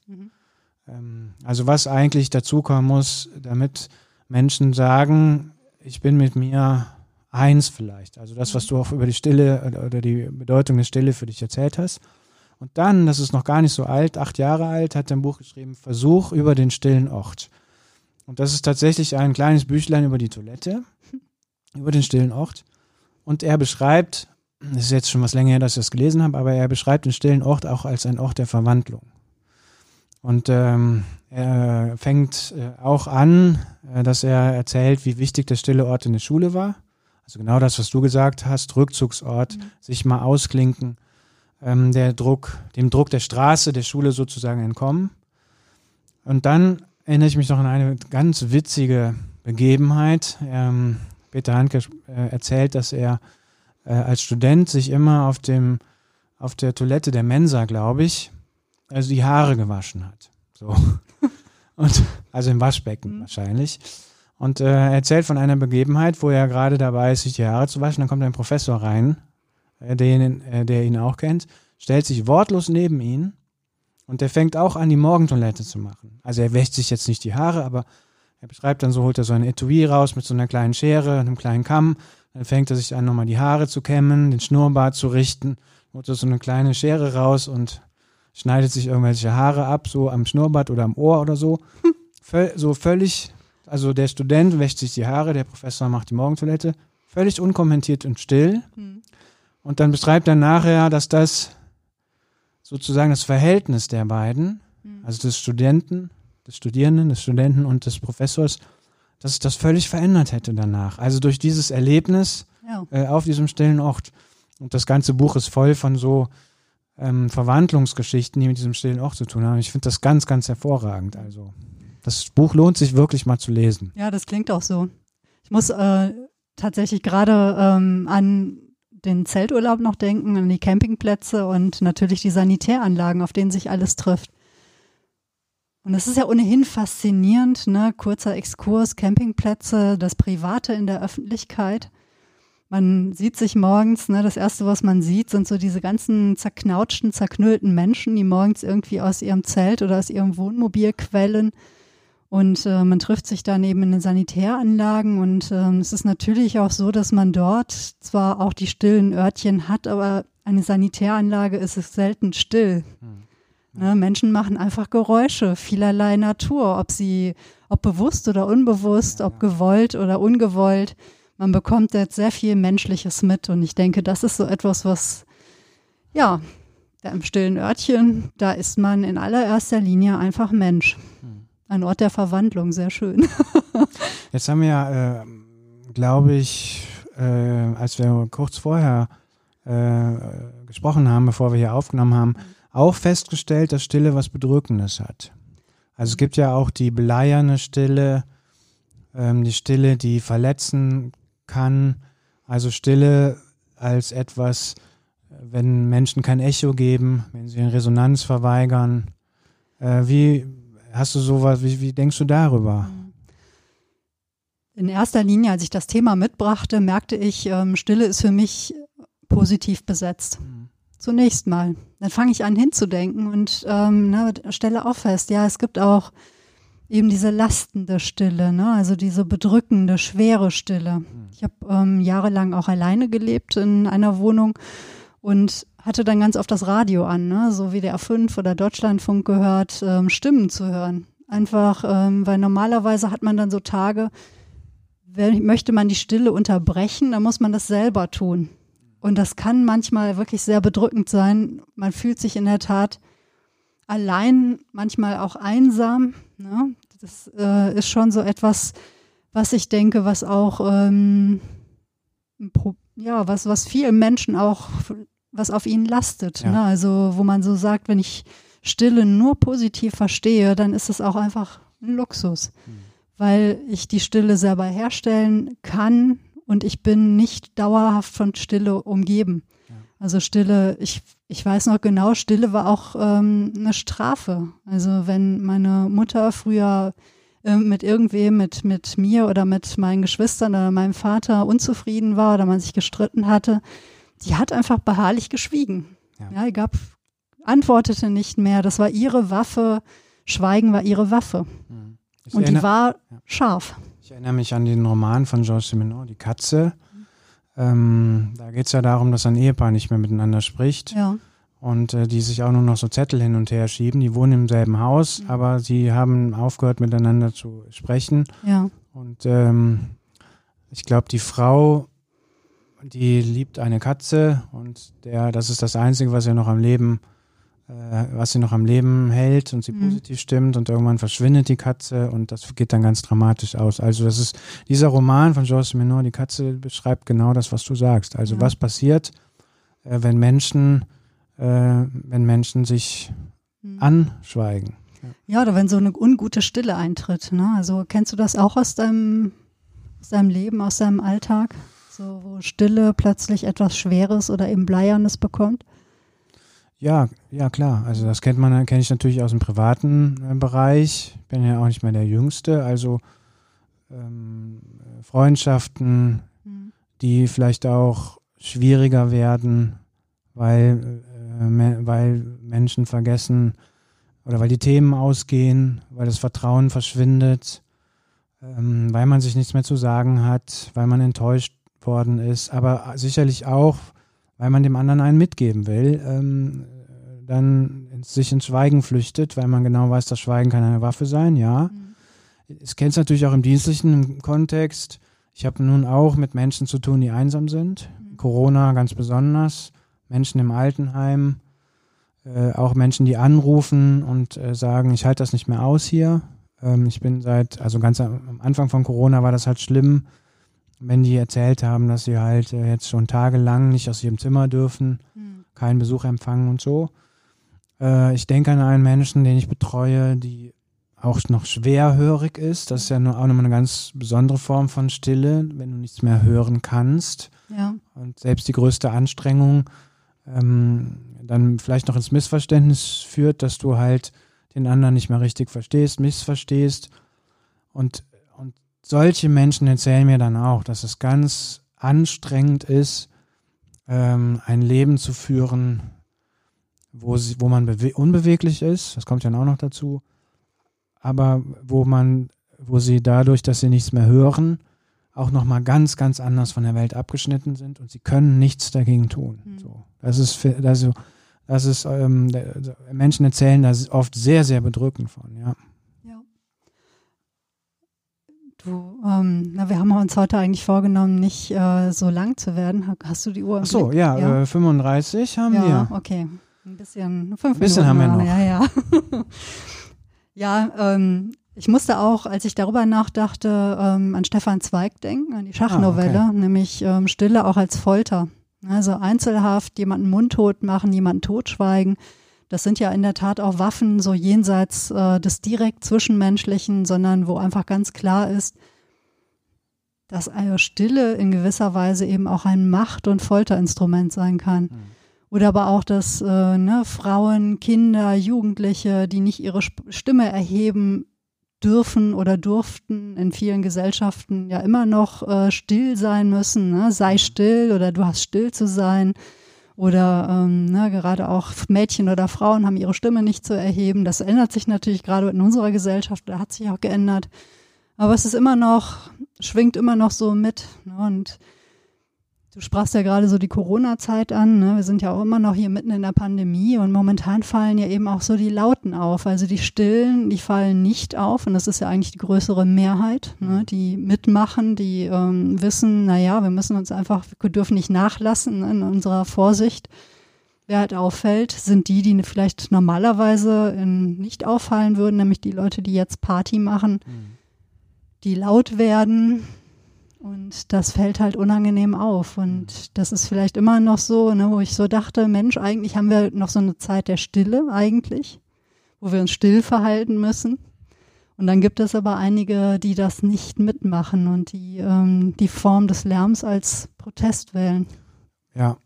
Also was eigentlich dazukommen muss, damit Menschen sagen, ich bin mit mir eins vielleicht. Also das, was du auch über die Stille oder die Bedeutung der Stille für dich erzählt hast. Und dann, das ist noch gar nicht so alt, 8 Jahre alt, hat er ein Buch geschrieben, Versuch über den stillen Ort. Und das ist tatsächlich ein kleines Büchlein über die Toilette, über den stillen Ort. Und er beschreibt, das ist jetzt schon was länger her, dass ich das gelesen habe, aber er beschreibt den stillen Ort auch als einen Ort der Verwandlung. Und er fängt auch an, dass er erzählt, wie wichtig der stille Ort in der Schule war. Also genau das, was du gesagt hast, Rückzugsort, sich mal ausklinken, dem Druck der Straße, der Schule sozusagen entkommen. Und dann erinnere ich mich noch an eine ganz witzige Begebenheit. Peter Handke erzählt, dass er als Student sich immer auf der Toilette der Mensa, glaube ich, also die Haare gewaschen hat. So. Und, also im Waschbecken wahrscheinlich. Und er erzählt von einer Begebenheit, wo er gerade dabei ist, sich die Haare zu waschen. Dann kommt ein Professor rein, der ihn auch kennt, stellt sich wortlos neben ihn und der fängt auch an, die Morgentoilette zu machen. Also er wäscht sich jetzt nicht die Haare, aber er beschreibt dann so, holt er so ein Etui raus mit so einer kleinen Schere, einem kleinen Kamm. Dann fängt er sich an, nochmal die Haare zu kämmen, den Schnurrbart zu richten, holt er so eine kleine Schere raus und schneidet sich irgendwelche Haare ab, so am Schnurrbart oder am Ohr oder so. So völlig, also der Student wäscht sich die Haare, der Professor macht die Morgentoilette, völlig unkommentiert und still. Und dann beschreibt er nachher, dass das sozusagen das Verhältnis der beiden, also des Studenten und des Professors, dass es das völlig verändert hätte danach. Also durch dieses Erlebnis auf diesem stillen Ort. Und das ganze Buch ist voll von so Verwandlungsgeschichten, die mit diesem stillen Ort zu tun haben. Ich finde das ganz, ganz hervorragend. Also das Buch lohnt sich wirklich mal zu lesen. Ja, das klingt auch so. Ich muss tatsächlich gerade an den Zelturlaub noch denken, an die Campingplätze und natürlich die Sanitäranlagen, auf denen sich alles trifft. Und es ist ja ohnehin faszinierend, ne? Kurzer Exkurs, Campingplätze, das Private in der Öffentlichkeit. Man sieht sich morgens, ne, das Erste, was man sieht, sind so diese ganzen zerknautschten, zerknüllten Menschen, die morgens irgendwie aus ihrem Zelt oder aus ihrem Wohnmobil quellen. Und man trifft sich dann eben in den Sanitäranlagen und es ist natürlich auch so, dass man dort zwar auch die stillen Örtchen hat, aber eine Sanitäranlage ist es selten still. Ne? Menschen machen einfach Geräusche vielerlei Natur, ob bewusst oder unbewusst, ob gewollt oder ungewollt. Man bekommt jetzt sehr viel Menschliches mit und ich denke, das ist so etwas, was, ja, da im stillen Örtchen, da ist man in allererster Linie einfach Mensch. Ein Ort der Verwandlung, sehr schön. Jetzt haben wir ja, glaube ich, als wir kurz vorher gesprochen haben, bevor wir hier aufgenommen haben, auch festgestellt, dass Stille was Bedrückendes hat. Also es gibt ja auch die beleierne Stille, die Stille, die verletzen kann. Also Stille als etwas, wenn Menschen kein Echo geben, wenn sie in Resonanz verweigern. Wie hast du sowas, wie denkst du darüber? In erster Linie, als ich das Thema mitbrachte, merkte ich, Stille ist für mich positiv besetzt. Zunächst mal. Dann fange ich an hinzudenken und stelle auch fest, ja, es gibt auch eben diese lastende Stille, ne? Also diese bedrückende, schwere Stille. Ich habe jahrelang auch alleine gelebt in einer Wohnung und hatte dann ganz oft das Radio an, ne? So wie der A5 oder Deutschlandfunk gehört, Stimmen zu hören. Einfach, weil normalerweise hat man dann so Tage, möchte man die Stille unterbrechen, dann muss man das selber tun. Und das kann manchmal wirklich sehr bedrückend sein. Man fühlt sich in der Tat allein, manchmal auch einsam. Ne? Das ist schon so etwas, was ich denke, was auch was vielen Menschen auch, was auf ihnen lastet. Ja. Ne? Also wo man so sagt, wenn ich Stille nur positiv verstehe, dann ist es auch einfach ein Luxus, weil ich die Stille selber herstellen kann und ich bin nicht dauerhaft von Stille umgeben. Ja. Also Stille, ich weiß noch genau, Stille war auch eine Strafe. Also wenn meine Mutter früher mit irgendwem, mit mir oder mit meinen Geschwistern oder meinem Vater unzufrieden war oder man sich gestritten hatte, die hat einfach beharrlich geschwiegen. Ja, antwortete nicht mehr. Das war ihre Waffe. Schweigen war ihre Waffe. Und die war scharf. Ich erinnere mich an den Roman von Georges Simenon, Die Katze. Da geht es ja darum, dass ein Ehepaar nicht mehr miteinander spricht. Ja. Und die sich auch nur noch so Zettel hin und her schieben. Die wohnen im selben Haus, aber sie haben aufgehört, miteinander zu sprechen. Ja. Und ich glaube, die Frau, die liebt eine Katze und das ist das Einzige, was sie noch am Leben hält und sie positiv stimmt, und irgendwann verschwindet die Katze und das geht dann ganz dramatisch aus. Also das ist dieser Roman von Georges Simenon, Die Katze, beschreibt genau das, was du sagst. Also was passiert, wenn Menschen sich anschweigen. Ja, oder wenn so eine ungute Stille eintritt. Ne? Also kennst du das auch aus deinem Leben, aus deinem Alltag? So, wo Stille plötzlich etwas Schweres oder eben Bleiernes bekommt? Ja, klar. Also das kenne ich natürlich aus dem privaten Bereich. Ich bin ja auch nicht mehr der Jüngste. Also Freundschaften, die vielleicht auch schwieriger werden, weil Menschen vergessen oder weil die Themen ausgehen, weil das Vertrauen verschwindet, weil man sich nichts mehr zu sagen hat, weil man enttäuscht worden ist, aber sicherlich auch, weil man dem anderen einen mitgeben will, dann sich ins Schweigen flüchtet, weil man genau weiß, dass Schweigen kann eine Waffe sein, ja. Ich kenne es natürlich auch im dienstlichen Kontext. Ich habe nun auch mit Menschen zu tun, die einsam sind. Corona ganz besonders. Menschen im Altenheim, auch Menschen, die anrufen und sagen, ich halte das nicht mehr aus hier. Ich bin ganz am Anfang von Corona war das halt schlimm, wenn die erzählt haben, dass sie halt jetzt schon tagelang nicht aus ihrem Zimmer dürfen, keinen Besuch empfangen und so. Ich denke an einen Menschen, den ich betreue, die auch noch schwerhörig ist. Das ist ja auch nochmal eine ganz besondere Form von Stille, wenn du nichts mehr hören kannst. Ja. Und selbst die größte Anstrengung dann vielleicht noch ins Missverständnis führt, dass du halt den anderen nicht mehr richtig verstehst, missverstehst. Und solche Menschen erzählen mir dann auch, dass es ganz anstrengend ist, ein Leben zu führen, wo man unbeweglich ist, das kommt ja auch noch dazu, aber wo sie dadurch, dass sie nichts mehr hören, auch nochmal ganz, ganz anders von der Welt abgeschnitten sind und sie können nichts dagegen tun. So. Das ist Das ist, Menschen erzählen da oft sehr, sehr bedrückend von, ja. Wir haben uns heute eigentlich vorgenommen, nicht so lang zu werden. Hast du die Uhr im Ach so, Blick? ja, 35 haben wir. Ja, okay. Ein bisschen, 5 bisschen Minuten haben wir noch. Ja, ich musste auch, als ich darüber nachdachte, an Stefan Zweig denken, an die Schachnovelle, nämlich Stille auch als Folter. Also Einzelhaft, jemanden mundtot machen, jemanden totschweigen. Das sind ja in der Tat auch Waffen, so jenseits des direkt Zwischenmenschlichen, sondern wo einfach ganz klar ist, dass eine Stille in gewisser Weise eben auch ein Macht- und Folterinstrument sein kann. Oder aber auch, dass Frauen, Kinder, Jugendliche, die nicht ihre Stimme erheben dürfen oder durften, in vielen Gesellschaften ja immer noch still sein müssen. Ne? Sei still oder du hast still zu sein. Oder gerade auch Mädchen oder Frauen haben ihre Stimme nicht zu erheben. Das ändert sich natürlich gerade in unserer Gesellschaft, da hat sich auch geändert. Aber es ist schwingt immer noch so mit. Ne? Und du sprachst ja gerade so die Corona-Zeit an. Ne? Wir sind ja auch immer noch hier mitten in der Pandemie und momentan fallen ja eben auch so die Lauten auf. Also die Stillen, die fallen nicht auf und das ist ja eigentlich die größere Mehrheit, ne? Die mitmachen, die wissen, wir dürfen nicht nachlassen in unserer Vorsicht. Wer halt auffällt, sind die vielleicht normalerweise nicht auffallen würden, nämlich die Leute, die jetzt Party machen, die laut werden. Und das fällt halt unangenehm auf. Und das ist vielleicht immer noch so, ne, wo ich so dachte, Mensch, eigentlich haben wir noch so eine Zeit der Stille eigentlich, wo wir uns still verhalten müssen. Und dann gibt es aber einige, die das nicht mitmachen und die die Form des Lärms als Protest wählen. Ja.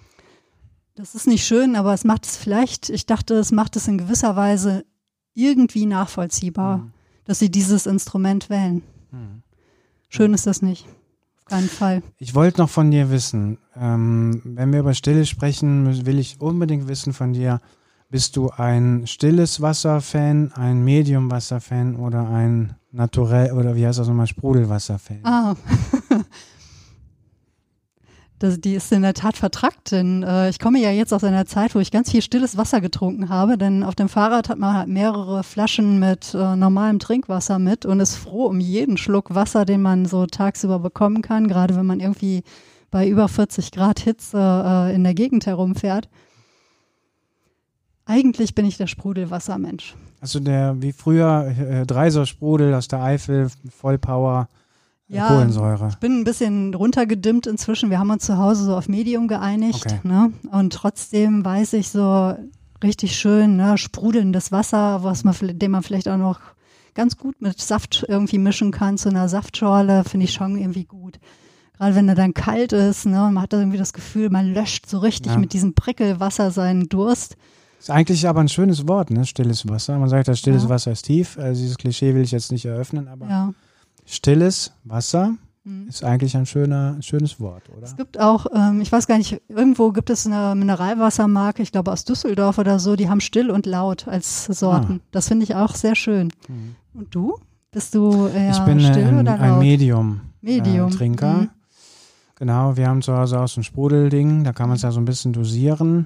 Das ist nicht schön, aber es macht es vielleicht, ich dachte, es macht es in gewisser Weise irgendwie nachvollziehbar, dass sie dieses Instrument wählen. Schön ist das nicht. Auf keinen Fall. Ich wollte noch von dir wissen, wenn wir über Stille sprechen, will ich unbedingt wissen von dir, bist du ein stilles Wasser-Fan, ein Medium-Wasser-Fan oder ein Naturell, oder wie heißt das nochmal, Sprudelwasser-Fan? Die ist in der Tat vertrackt, denn ich komme ja jetzt aus einer Zeit, wo ich ganz viel stilles Wasser getrunken habe, denn auf dem Fahrrad hat man halt mehrere Flaschen mit normalem Trinkwasser mit und ist froh um jeden Schluck Wasser, den man so tagsüber bekommen kann, gerade wenn man irgendwie bei über 40 Grad Hitze in der Gegend herumfährt. Eigentlich bin ich der Sprudelwassermensch. Also wie früher Dreiser-Sprudel aus der Eifel, Vollpower. Ja, Kohlensäure. Ich bin ein bisschen runtergedimmt inzwischen. Wir haben uns zu Hause so auf Medium geeinigt. Okay. Ne? Und trotzdem weiß ich so richtig schön, ne, sprudelndes Wasser, den man vielleicht auch noch ganz gut mit Saft irgendwie mischen kann zu einer Saftschorle, finde ich schon irgendwie gut. Gerade wenn er dann kalt ist, ne, und man hat da irgendwie das Gefühl, man löscht so richtig mit diesem Prickelwasser seinen Durst. Ist eigentlich aber ein schönes Wort, ne? Stilles Wasser. Man sagt, das stilles Wasser ist tief. Also dieses Klischee will ich jetzt nicht eröffnen, aber stilles Wasser ist eigentlich ein schönes Wort, oder? Es gibt auch, ich weiß gar nicht, irgendwo gibt es eine Mineralwassermarke, ich glaube aus Düsseldorf oder so, die haben still und laut als Sorten. Das finde ich auch sehr schön. Und du? Bist du eher ich bin still oder laut? Ein Medium-Trinker. Genau, wir haben zu Hause auch so ein Sprudelding, da kann man es ja so ein bisschen dosieren.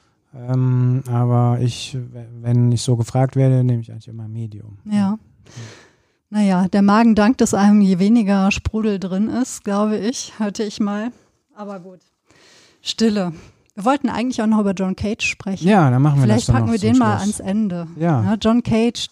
Aber wenn ich so gefragt werde, nehme ich eigentlich immer Medium. Ja. Naja, der Magen dankt es einem, je weniger Sprudel drin ist, glaube ich, hörte ich mal. Aber gut. Stille. Wir wollten eigentlich auch noch über John Cage sprechen. Ja, dann machen wir Vielleicht das dann packen wir den mal ans Ende. Ja. John Cage,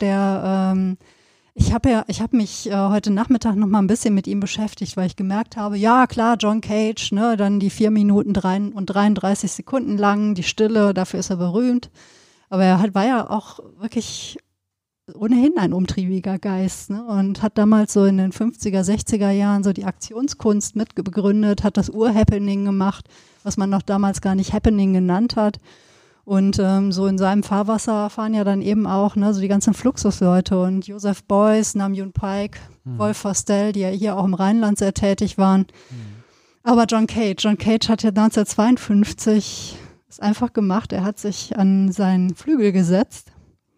ich habe mich heute Nachmittag noch mal ein bisschen mit ihm beschäftigt, weil ich gemerkt habe, ja klar, John Cage, ne, dann die 4 Minuten 33 Sekunden lang, die Stille, dafür ist er berühmt. Aber er war ja auch wirklich ohnehin ein umtriebiger Geist, ne? Und hat damals so in den 50er, 60er Jahren so die Aktionskunst mitbegründet, hat das Ur-Happening gemacht, was man noch damals gar nicht Happening genannt hat. Und so in seinem Fahrwasser fahren ja dann eben auch so die ganzen Fluxusleute und Joseph Beuys, Nam June Paik, Wolf Fostel, die ja hier auch im Rheinland sehr tätig waren. Aber John Cage hat ja 1952 es einfach gemacht. Er hat sich an seinen Flügel gesetzt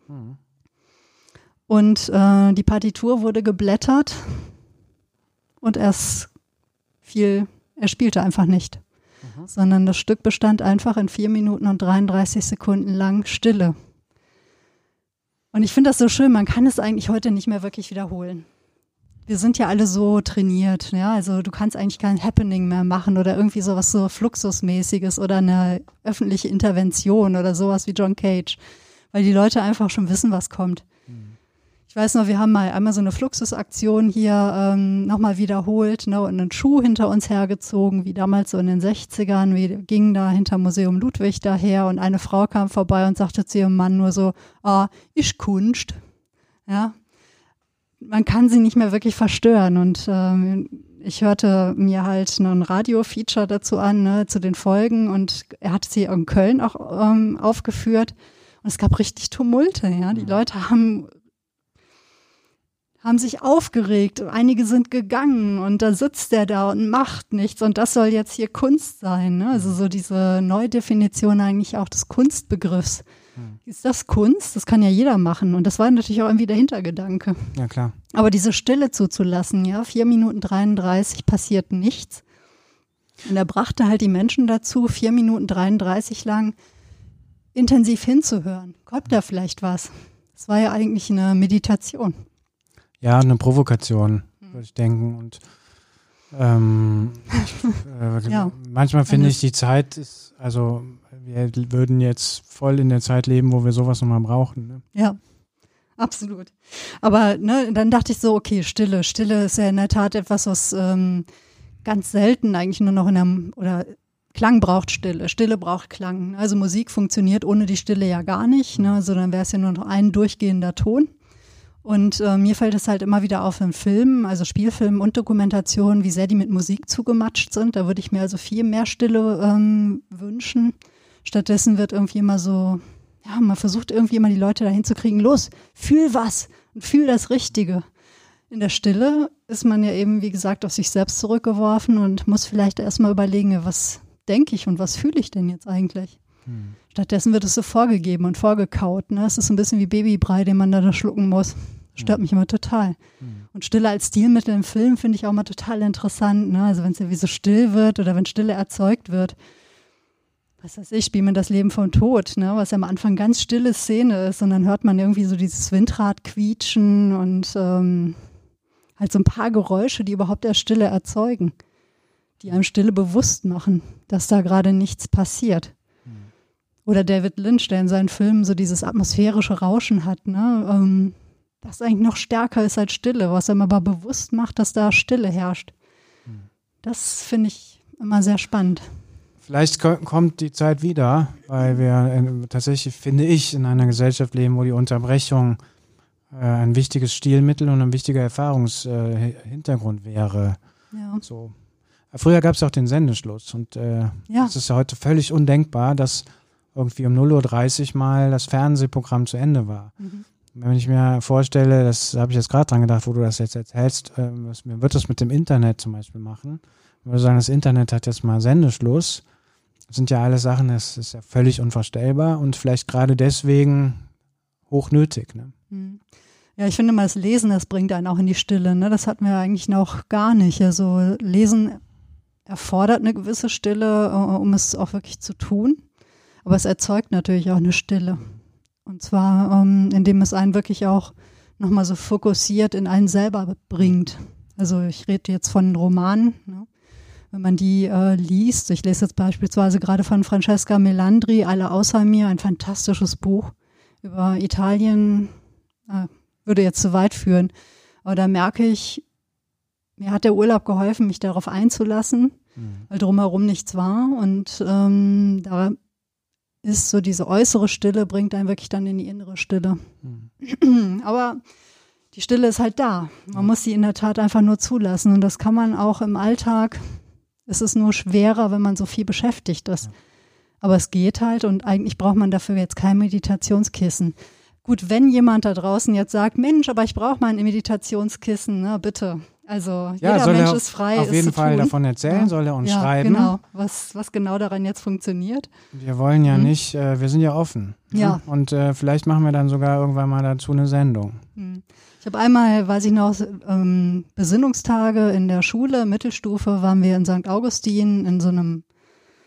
und die Partitur wurde geblättert und er spielte einfach nicht. sondern das Stück bestand einfach in 4 Minuten und 33 Sekunden lang Stille. Und ich finde das so schön, man kann es eigentlich heute nicht mehr wirklich wiederholen. Wir sind ja alle so trainiert, ja, also du kannst eigentlich kein Happening mehr machen oder irgendwie sowas so Fluxusmäßiges oder eine öffentliche Intervention oder sowas wie John Cage, weil die Leute einfach schon wissen, was kommt. Ich weiß noch, wir haben mal einmal so eine Fluxusaktion hier nochmal wiederholt, ne, und einen Schuh hinter uns hergezogen, wie damals so in den 60ern. Wir gingen da hinter Museum Ludwig daher und eine Frau kam vorbei und sagte zu ihrem Mann nur so, ich Kunst. Ja, man kann sie nicht mehr wirklich verstören und ich hörte mir halt ein Radio-Feature dazu an, ne, zu den Folgen und er hat sie in Köln auch aufgeführt und es gab richtig Tumulte, ja, die Leute haben sich aufgeregt und einige sind gegangen und da sitzt der da und macht nichts und das soll jetzt hier Kunst sein, ne? Also so diese Neudefinition eigentlich auch des Kunstbegriffs. Ist das Kunst? Das kann ja jeder machen und das war natürlich auch irgendwie der Hintergedanke. Ja, klar. Aber diese Stille zuzulassen, ja, 4 Minuten 33 passiert nichts und er brachte halt die Menschen dazu, 4 Minuten 33 lang intensiv hinzuhören. Kommt da vielleicht was? Das war ja eigentlich eine Meditation. Ja, eine Provokation, würde ich denken. Und manchmal finde ich, die Zeit ist, also wir würden jetzt voll in der Zeit leben, wo wir sowas nochmal brauchen. Ne? Ja, absolut. Aber ne, dann dachte ich so, okay, Stille. Stille ist ja in der Tat etwas, was ganz selten eigentlich nur noch oder Klang braucht Stille. Stille braucht Klang. Also Musik funktioniert ohne die Stille ja gar nicht, ne? Sondern wäre es ja nur noch ein durchgehender Ton. Und mir fällt es halt immer wieder auf in Filmen, also Spielfilmen und Dokumentationen, wie sehr die mit Musik zugematscht sind. Da würde ich mir also viel mehr Stille wünschen. Stattdessen wird irgendwie immer so, ja, man versucht irgendwie immer die Leute dahin zu kriegen, los, fühl was und fühl das Richtige. In der Stille ist man ja eben, wie gesagt, auf sich selbst zurückgeworfen und muss vielleicht erstmal überlegen, was denke ich und was fühle ich denn jetzt eigentlich? Stattdessen wird es so vorgegeben und vorgekaut. Ne? Es ist ein bisschen wie Babybrei, den man da schlucken muss. Stört mich immer total. Und Stille als Stilmittel im Film finde ich auch mal total interessant. Ne? Also wenn es irgendwie so still wird oder wenn Stille erzeugt wird. Was weiß ich, spiele mir das Leben vom Tod, ne? Was ja am Anfang ganz stille Szene ist. Und dann hört man irgendwie so dieses Windrad quietschen und halt so ein paar Geräusche, die überhaupt erst Stille erzeugen. Die einem Stille bewusst machen, dass da gerade nichts passiert. Oder David Lynch, der in seinen Filmen so dieses atmosphärische Rauschen hat, ne? Das eigentlich noch stärker ist als Stille, was einem aber bewusst macht, dass da Stille herrscht. Das finde ich immer sehr spannend. Vielleicht kommt die Zeit wieder, weil wir tatsächlich, finde ich, in einer Gesellschaft leben, wo die Unterbrechung ein wichtiges Stilmittel und ein wichtiger Erfahrungshintergrund wäre. Ja. So. Früher gab es auch den Sendeschluss und es ist ja heute völlig undenkbar, dass irgendwie um 0:30 Uhr mal das Fernsehprogramm zu Ende war. Wenn ich mir vorstelle, das habe ich jetzt gerade dran gedacht, wo du das jetzt erzählst, mir wird das mit dem Internet zum Beispiel machen. Ich würde sagen, das Internet hat jetzt mal Sendeschluss. Das sind ja alles Sachen, das ist ja völlig unvorstellbar und vielleicht gerade deswegen hochnötig. Ne? Ja, ich finde mal, das Lesen, das bringt einen auch in die Stille. Ne? Das hatten wir eigentlich noch gar nicht. Also Lesen erfordert eine gewisse Stille, um es auch wirklich zu tun. Aber es erzeugt natürlich auch eine Stille. Und zwar, indem es einen wirklich auch nochmal so fokussiert in einen selber bringt. Also ich rede jetzt von Romanen. Ne? Wenn man die liest, ich lese jetzt beispielsweise gerade von Francesca Melandri, Alle außer mir, ein fantastisches Buch über Italien, würde jetzt zu weit führen. Aber da merke ich, mir hat der Urlaub geholfen, mich darauf einzulassen, weil drumherum nichts war. Und da ist so diese äußere Stille, bringt einen wirklich dann in die innere Stille. Aber die Stille ist halt da. Man muss sie in der Tat einfach nur zulassen. Und das kann man auch im Alltag. Es ist nur schwerer, wenn man so viel beschäftigt ist. Aber es geht halt und eigentlich braucht man dafür jetzt kein Meditationskissen. Gut, wenn jemand da draußen jetzt sagt, Mensch, aber ich brauche mal ein Meditationskissen, ne, bitte. Also jeder Mensch ist frei, auf jeden Fall davon erzählen, soll er uns schreiben. Genau, was genau daran jetzt funktioniert. Wir wollen ja nicht, wir sind ja offen. Ja. Und vielleicht machen wir dann sogar irgendwann mal dazu eine Sendung. Ich habe einmal, weiß ich noch, Besinnungstage in der Schule, Mittelstufe, waren wir in St. Augustin in so einem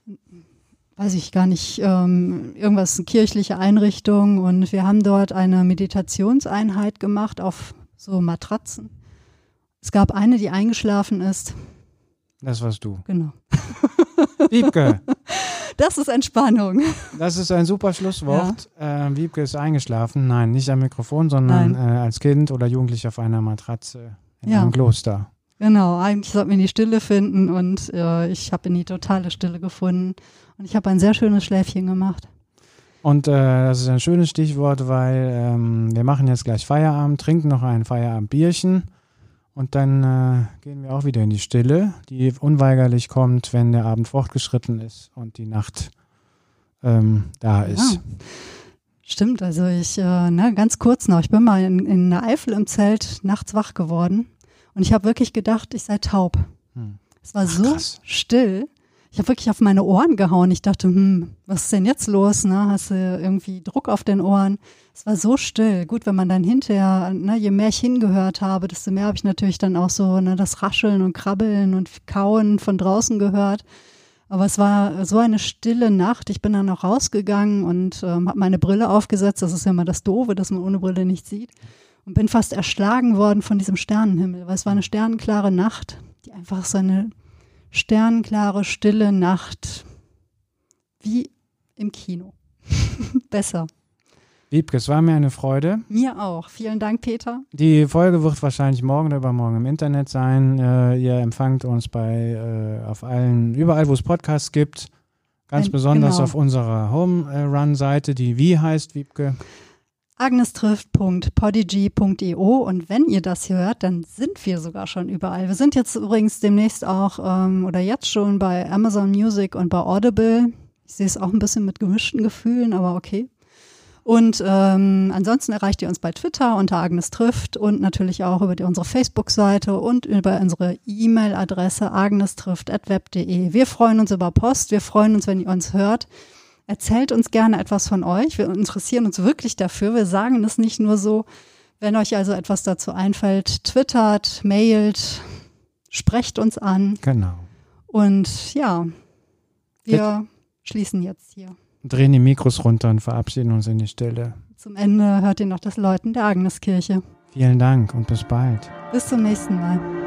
weiß ich gar nicht, irgendwas, eine kirchliche Einrichtung, und wir haben dort eine Meditationseinheit gemacht auf so Matratzen. Es gab eine, die eingeschlafen ist. Das warst du. Genau. Wiebke. Das ist Entspannung. Das ist ein super Schlusswort. Ja. Wiebke ist eingeschlafen. Nein, nicht am Mikrofon, sondern als Kind oder Jugendlich auf einer Matratze in einem Kloster. Genau, eigentlich sollten wir in die Stille finden, und ich habe in die totale Stille gefunden. Und ich habe ein sehr schönes Schläfchen gemacht. Und das ist ein schönes Stichwort, weil wir machen jetzt gleich Feierabend, trinken noch ein Feierabendbierchen. Und dann gehen wir auch wieder in die Stille, die unweigerlich kommt, wenn der Abend fortgeschritten ist und die Nacht da ist. Ja. Stimmt, also ich, ganz kurz noch, ich bin mal in der Eifel im Zelt nachts wach geworden und ich habe wirklich gedacht, ich sei taub. Es war so krass. Still. Ich habe wirklich auf meine Ohren gehauen. Ich dachte, was ist denn jetzt los? Ne? Hast du irgendwie Druck auf den Ohren? Es war so still. Gut, wenn man dann hinterher, je mehr ich hingehört habe, desto mehr habe ich natürlich dann auch so das Rascheln und Krabbeln und Kauen von draußen gehört. Aber es war so eine stille Nacht. Ich bin dann auch rausgegangen und habe meine Brille aufgesetzt. Das ist ja immer das Doofe, dass man ohne Brille nicht sieht. Und bin fast erschlagen worden von diesem Sternenhimmel. Weil es war eine sternenklare Nacht, die einfach so eine sternenklare, stille Nacht, wie im Kino. Besser. Wiebke, es war mir eine Freude. Mir auch. Vielen Dank, Peter. Die Folge wird wahrscheinlich morgen oder übermorgen im Internet sein. Ihr empfangt uns überall, wo es Podcasts gibt. Ganz besonders auf unserer Home-Run-Seite, die wie heißt, Wiebke? agnestrift.podigy.io, und wenn ihr das hört, dann sind wir sogar schon überall. Wir sind jetzt übrigens demnächst auch oder jetzt schon bei Amazon Music und bei Audible. Ich sehe es auch ein bisschen mit gemischten Gefühlen, aber okay. Und ansonsten erreicht ihr uns bei Twitter unter agnestrift und natürlich auch über unsere Facebook-Seite und über unsere E-Mail-Adresse agnestrift@web.de. Wir freuen uns über Post, wir freuen uns, wenn ihr uns hört. Erzählt uns gerne etwas von euch. Wir interessieren uns wirklich dafür. Wir sagen das nicht nur so. Wenn euch also etwas dazu einfällt, twittert, mailt, sprecht uns an. Genau. Und ja, wir schließen jetzt hier. Drehen die Mikros runter und verabschieden uns in die Stille. Zum Ende hört ihr noch das Läuten der Agneskirche. Vielen Dank und bis bald. Bis zum nächsten Mal.